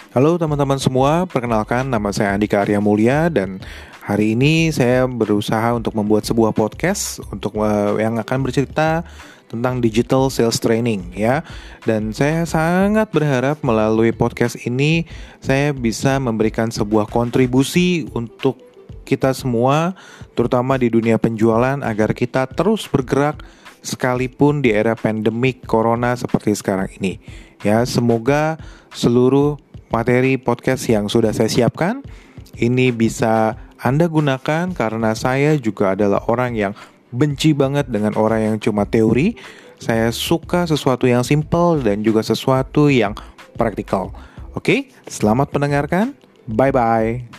Halo teman-teman semua, perkenalkan nama saya Andika Arya Mulya dan hari ini saya berusaha untuk membuat sebuah podcast yang akan bercerita tentang digital sales training ya. Dan saya sangat berharap melalui podcast ini saya bisa memberikan sebuah kontribusi untuk kita semua, terutama di dunia penjualan agar kita terus bergerak sekalipun di era pandemik corona seperti sekarang ini. Ya, semoga seluruh materi podcast yang sudah saya siapkan ini bisa Anda gunakan karena saya juga adalah orang yang benci banget dengan orang yang cuma teori. Saya suka sesuatu yang simple dan juga sesuatu yang praktikal. Oke, selamat mendengarkan. Bye-bye.